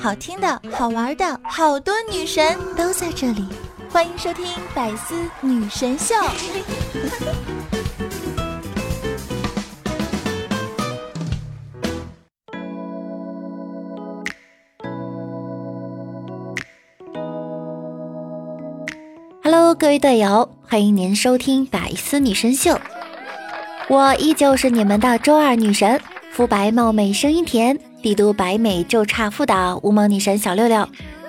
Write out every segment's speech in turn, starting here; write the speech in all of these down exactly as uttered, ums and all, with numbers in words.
好听的、好玩的，好多女神都在这里，欢迎收听百思女神秀。Hello， 各位队友，欢迎您收听百思女神秀。我依旧是你们的周二女神，肤白貌美声音甜，帝都白美就差富的无萌女神小六六。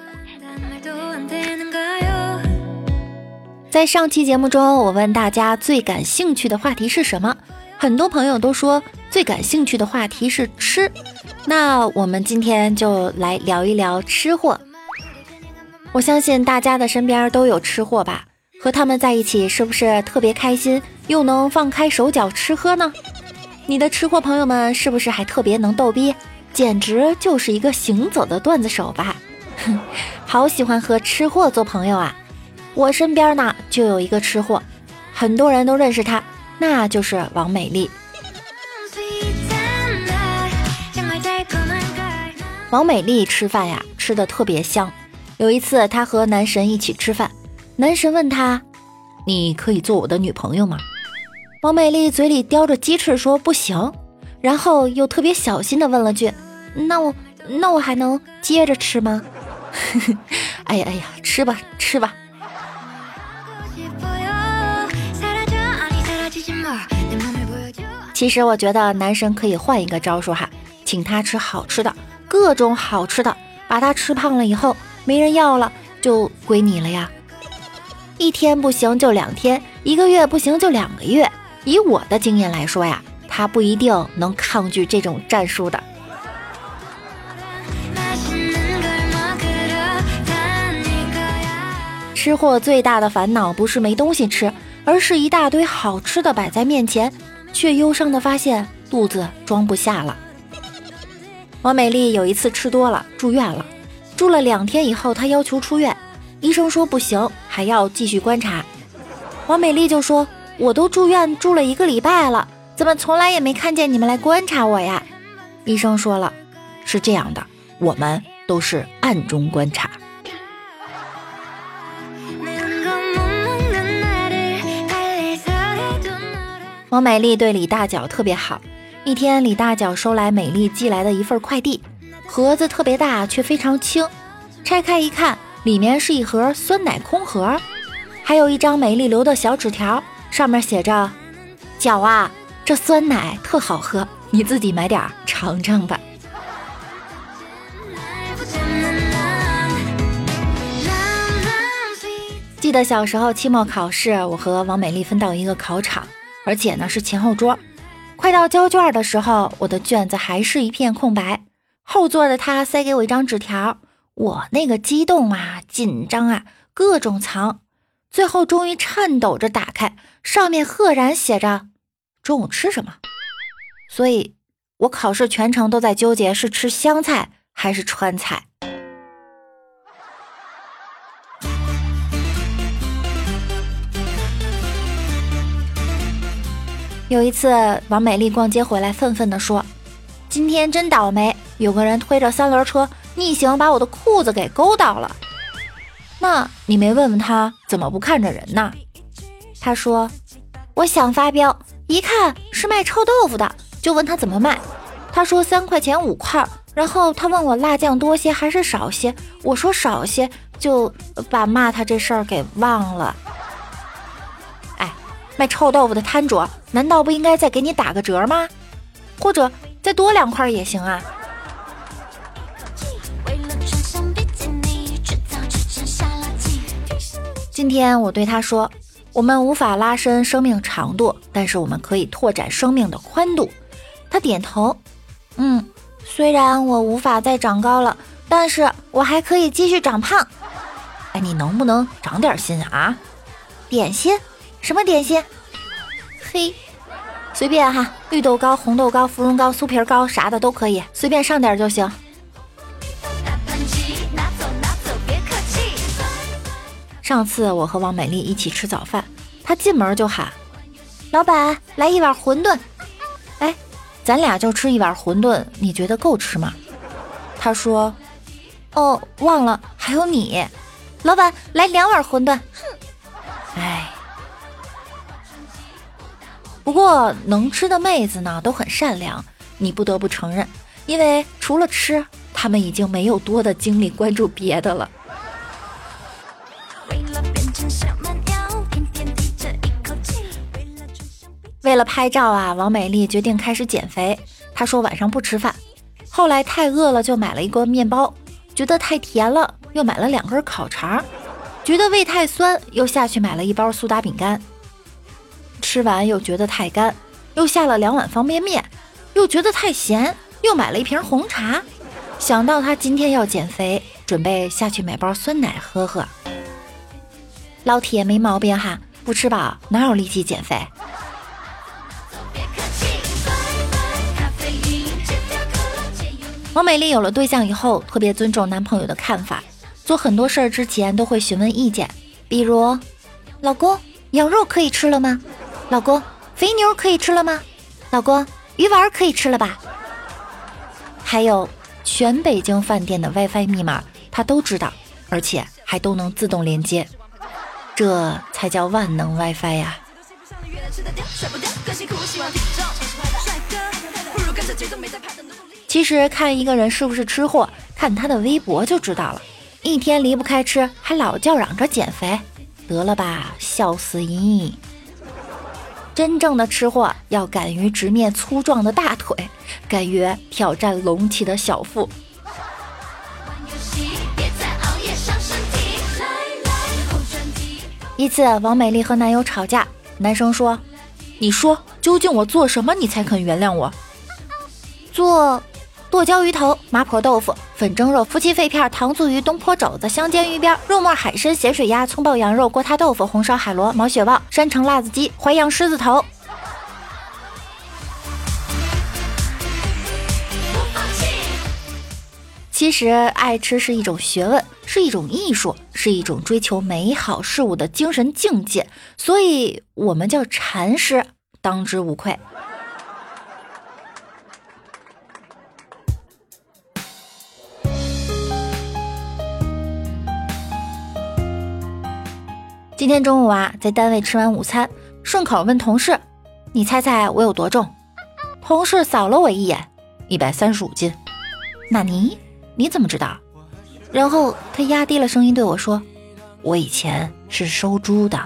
在上期节目中，我问大家最感兴趣的话题是什么？很多朋友都说最感兴趣的话题是吃。那我们今天就来聊一聊吃货。我相信大家的身边都有吃货吧，和他们在一起是不是特别开心，又能放开手脚吃喝呢？你的吃货朋友们是不是还特别能逗逼，简直就是一个行走的段子手吧？好喜欢和吃货做朋友啊！我身边呢就有一个吃货，很多人都认识他，那就是王美丽。王美丽吃饭呀，吃得特别香。有一次她和男神一起吃饭，男神问她，你可以做我的女朋友吗？王美丽嘴里叼着鸡翅说不行，然后又特别小心地问了句，那我那我还能接着吃吗？哎呀哎呀，吃吧吃吧。其实我觉得男神可以换一个招数哈，请他吃好吃的，各种好吃的，把他吃胖了以后没人要了，就归你了呀。一天不行就两天，一个月不行就两个月。以我的经验来说呀，他不一定能抗拒这种战术的。吃货最大的烦恼不是没东西吃，而是一大堆好吃的摆在面前，却忧伤的发现肚子装不下了。王美丽有一次吃多了住院了，住了两天以后她要求出院，医生说不行，还要继续观察。王美丽就说，我都住院住了一个礼拜了，怎么从来也没看见你们来观察我呀？医生说了，是这样的，我们都是暗中观察。王美丽对李大脚特别好，一天李大脚收来美丽寄来的一份快递，盒子特别大却非常轻，拆开一看，里面是一盒酸奶空盒，还有一张美丽留的小纸条，上面写着，脚啊，这酸奶特好喝，你自己买点尝尝吧。记得小时候期末考试，我和王美丽分到一个考场，而且呢是前后桌，快到交卷的时候，我的卷子还是一片空白，后座的他塞给我一张纸条，我那个激动啊，紧张啊，各种藏，最后终于颤抖着打开，上面赫然写着中午吃什么。所以我考试全程都在纠结是吃湘菜还是川菜。有一次王美丽逛街回来愤愤地说，今天真倒霉，有个人推着三轮车逆行把我的裤子给勾到了。那你没问问他怎么不看着人呢？他说，我想发飙，一看是卖臭豆腐的，就问他怎么卖，他说三块钱五块，然后他问我辣酱多些还是少些，我说少些，就把骂他这事儿给忘了。哎，卖臭豆腐的摊主难道不应该再给你打个折吗？或者再多两块也行啊。今天我对他说，我们无法拉伸生命长度，但是我们可以拓展生命的宽度。他点头，嗯，虽然我无法再长高了，但是我还可以继续长胖。哎，你能不能长点心啊？点心？什么点心？嘿，随便哈，绿豆糕、红豆糕、芙蓉糕、酥皮糕啥的都可以，随便上点就行。上次我和王美丽一起吃早饭，她进门就喊，老板来一碗馄饨。哎，咱俩就吃一碗馄饨，你觉得够吃吗？她说， 哦，忘了还有你，老板来两碗馄饨。哼，哎，不过能吃的妹子呢都很善良，你不得不承认，因为除了吃，他们已经没有多的精力关注别的了。为了拍照啊，王美丽决定开始减肥。她说晚上不吃饭，后来太饿了就买了一个面包，觉得太甜了又买了两根烤肠，觉得胃太酸又下去买了一包苏打饼干，吃完又觉得太干，又下了两碗方便面，又觉得太咸，又买了一瓶红茶。想到她今天要减肥，准备下去买包酸奶喝喝。老铁没毛病哈，不吃饱哪有力气减肥？王美丽有了对象以后，特别尊重男朋友的看法，做很多事儿之前都会询问意见，比如老公，羊肉可以吃了吗？老公，肥牛可以吃了吗？老公，鱼丸可以吃了吧？还有全北京饭店的 WiFi 密码她都知道，而且还都能自动连接，这才叫万能 WiFi 呀！其实看一个人是不是吃货，看他的微博就知道了。一天离不开吃，还老叫嚷着减肥，得了吧，笑死你！真正的吃货要敢于直面粗壮的大腿，敢于挑战隆起的小腹。一次，王美丽和男友吵架，男生说：“你说究竟我做什么你才肯原谅我？”做剁椒鱼头、麻婆豆腐、粉蒸肉、夫妻肺片、糖醋鱼、东坡肘子、香煎鱼边、肉末海参、咸水鸭、葱爆羊肉、锅塌豆腐、红烧海螺、毛血旺、山城辣子鸡、淮扬狮子头。其实爱吃是一种学问，是一种艺术，是一种追求美好事物的精神境界，所以我们叫禅师，当之无愧。今天中午啊，在单位吃完午餐，顺口问同事：“你猜猜我有多重？”同事扫了我一眼：“一百三十五斤。”那你你怎么知道？然后他压低了声音对我说：“我以前是收猪的。”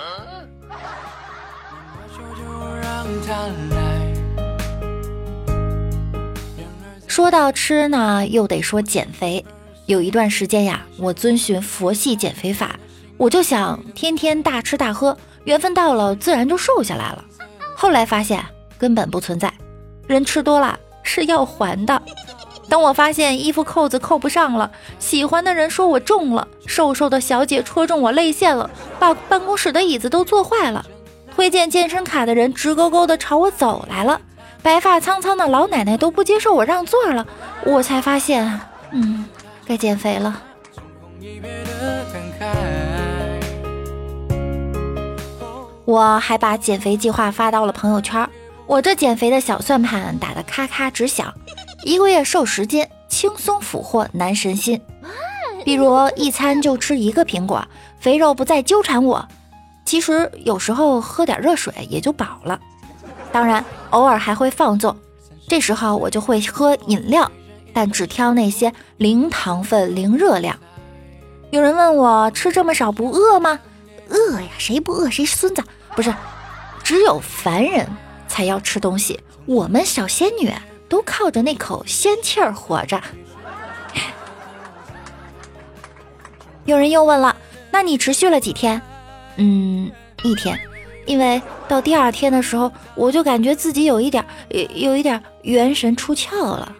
说到吃呢，又得说减肥。有一段时间呀，我遵循佛系减肥法。我就想天天大吃大喝，缘分到了自然就瘦下来了。后来发现根本不存在，人吃多了是要还的。当我发现衣服扣子扣不上了，喜欢的人说我重了，瘦瘦的小姐戳中我泪腺了，把办公室的椅子都坐坏了，推荐健身卡的人直勾勾的朝我走来了，白发苍苍的老奶奶都不接受我让座了，我才发现嗯，该减肥了。我还把减肥计划发到了朋友圈，我这减肥的小算盘打得咔咔直响，一个月瘦十斤，轻松俘获男神心。比如一餐就吃一个苹果，肥肉不再纠缠我。其实有时候喝点热水也就饱了，当然偶尔还会放纵，这时候我就会喝饮料，但只挑那些零糖分零热量。有人问我吃这么少不饿吗？饿呀，谁不饿谁是孙子。不是，只有凡人才要吃东西，我们小仙女都靠着那口仙气儿活着。有人又问了，那你持续了几天？嗯，一天。因为到第二天的时候，我就感觉自己有一点有一点元神出窍了。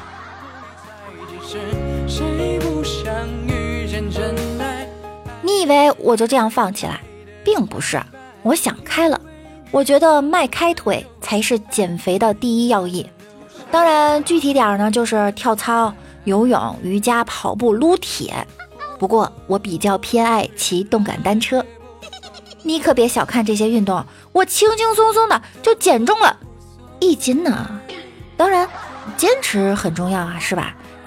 你以为我就这样放弃了？并不是，我想开了。我觉得迈开腿才是减肥的第一要义。当然具体点呢，就是跳操、游泳、瑜伽、跑步、撸铁。不过我比较偏爱骑动感单车。你可别小看这些运动，我轻轻松松的就减重了一斤呢。当然坚持很重要啊，是吧？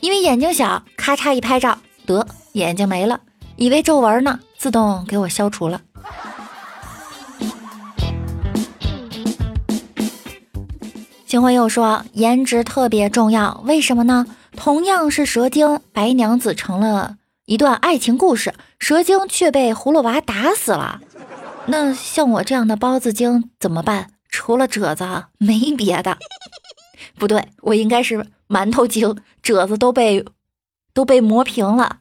因为眼睛小，咔嚓一拍照，得眼睛没了，以为皱纹呢，自动给我消除了。星辉又说颜值特别重要，为什么呢？同样是蛇精，白娘子成了一段爱情故事，蛇精却被葫芦娃打死了。那像我这样的包子精怎么办？除了褶子没别的。不对，我应该是馒头精，褶子都被都被磨平了。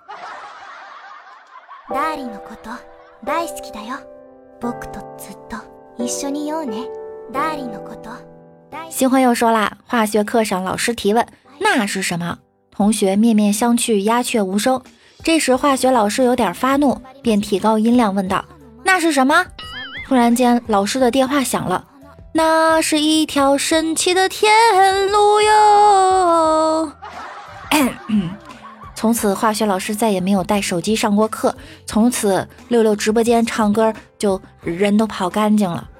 星辉又说啦，化学课上老师提问那是什么，同学面面相觑，鸦雀无声。这时化学老师有点发怒，便提高音量问道，那是什么？突然间老师的电话响了，那是一条神奇的天路哟。从此化学老师再也没有带手机上过课，从此六六直播间唱歌就人都跑干净了。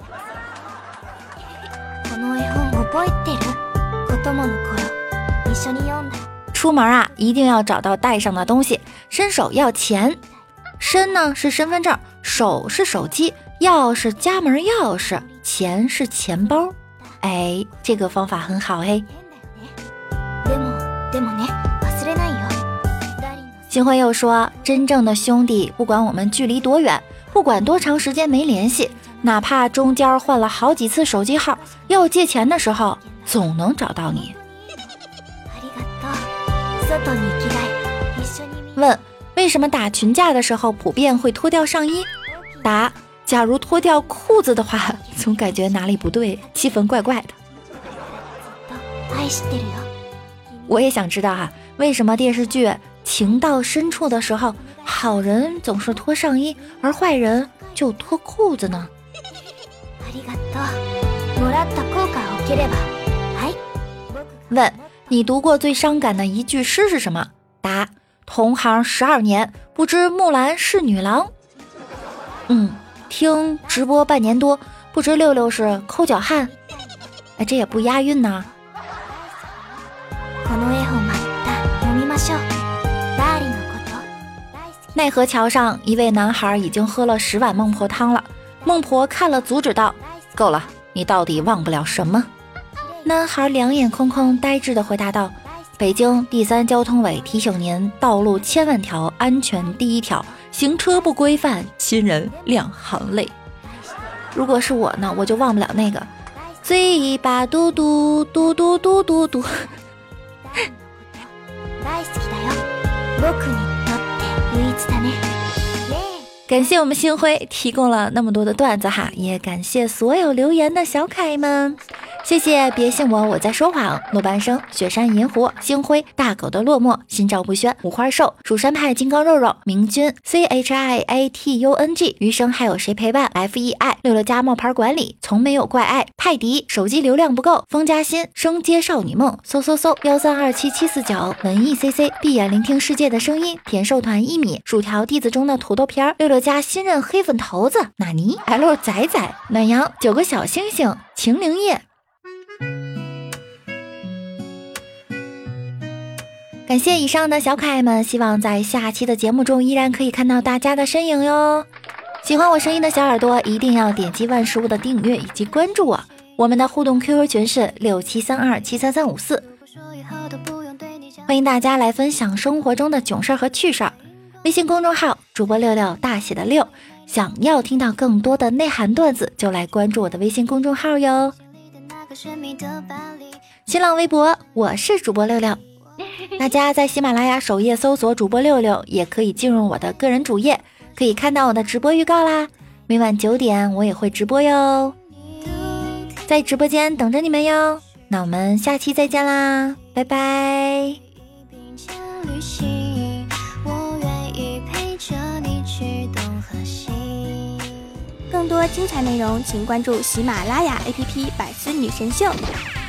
出门啊，一定要找到带上的东西。伸手要钱，身呢是身份证，手是手机，钥匙家门钥匙，钱是钱包。哎，这个方法很好嘿。星辉又说，真正的兄弟，不管我们距离多远，不管多长时间没联系，哪怕中间换了好几次手机号，要借钱的时候总能找到你。问，为什么打群架的时候普遍会脱掉上衣？答，假如脱掉裤子的话，总感觉哪里不对，气氛怪怪的。我也想知道哈、啊，为什么电视剧情到深处的时候，好人总是脱上衣，而坏人就脱裤子呢？问，你读过最伤感的一句诗是什么？答，同行十二年，不知木兰是女郎。嗯，听直播半年多，不知六六是抠脚汉。哎，这也不押韵呢。奈何桥上一位男孩已经喝了十碗孟婆汤了，孟婆看了阻止道，够了，你到底忘不了什么？男孩两眼空空呆滞地回答道，北京第三交通委提醒您，道路千万条，安全第一条，行车不规范，亲人两行泪。如果是我呢，我就忘不了那个嘴巴嘟嘟嘟嘟嘟嘟嘟。感谢我们星辉提供了那么多的段子哈，也感谢所有留言的小可爱们，谢谢别信我我在说谎，罗半生，雪山银狐，星辉，大狗的落寞，心照不宣，五花兽，蜀山派金刚肉肉，明君 C H I A T U N G， 余生还有谁陪伴 F E I， 六六加冒牌管理，从没有怪爱，泰迪，手机流量不够，风加薪，生接少女梦，搜搜搜幺三二七七四九，文艺 C C， 闭眼聆听世界的声音，甜瘦团一米，薯条弟子中的土豆片儿，六六加新任黑粉头子，纳尼 L 仔仔，暖阳，九个小星星，晴灵叶。感谢以上的小可爱们，希望在下期的节目中依然可以看到大家的身影哟。喜欢我声音的小耳朵一定要点击万事物的订阅以及关注我，我们的互动 Q Q 群是六七三二七三三五四，欢迎大家来分享生活中的囧事和趣事儿。微信公众号主播六六大写的六，想要听到更多的内涵段子就来关注我的微信公众号哟。新浪微博我是主播六六，大家在喜马拉雅首页搜索主播六六，也可以进入我的个人主页，可以看到我的直播预告啦。每晚九点我也会直播哟，在直播间等着你们哟。那我们下期再见啦，拜拜。 更多精彩内容请关注喜马拉雅 A P P 百思女神秀。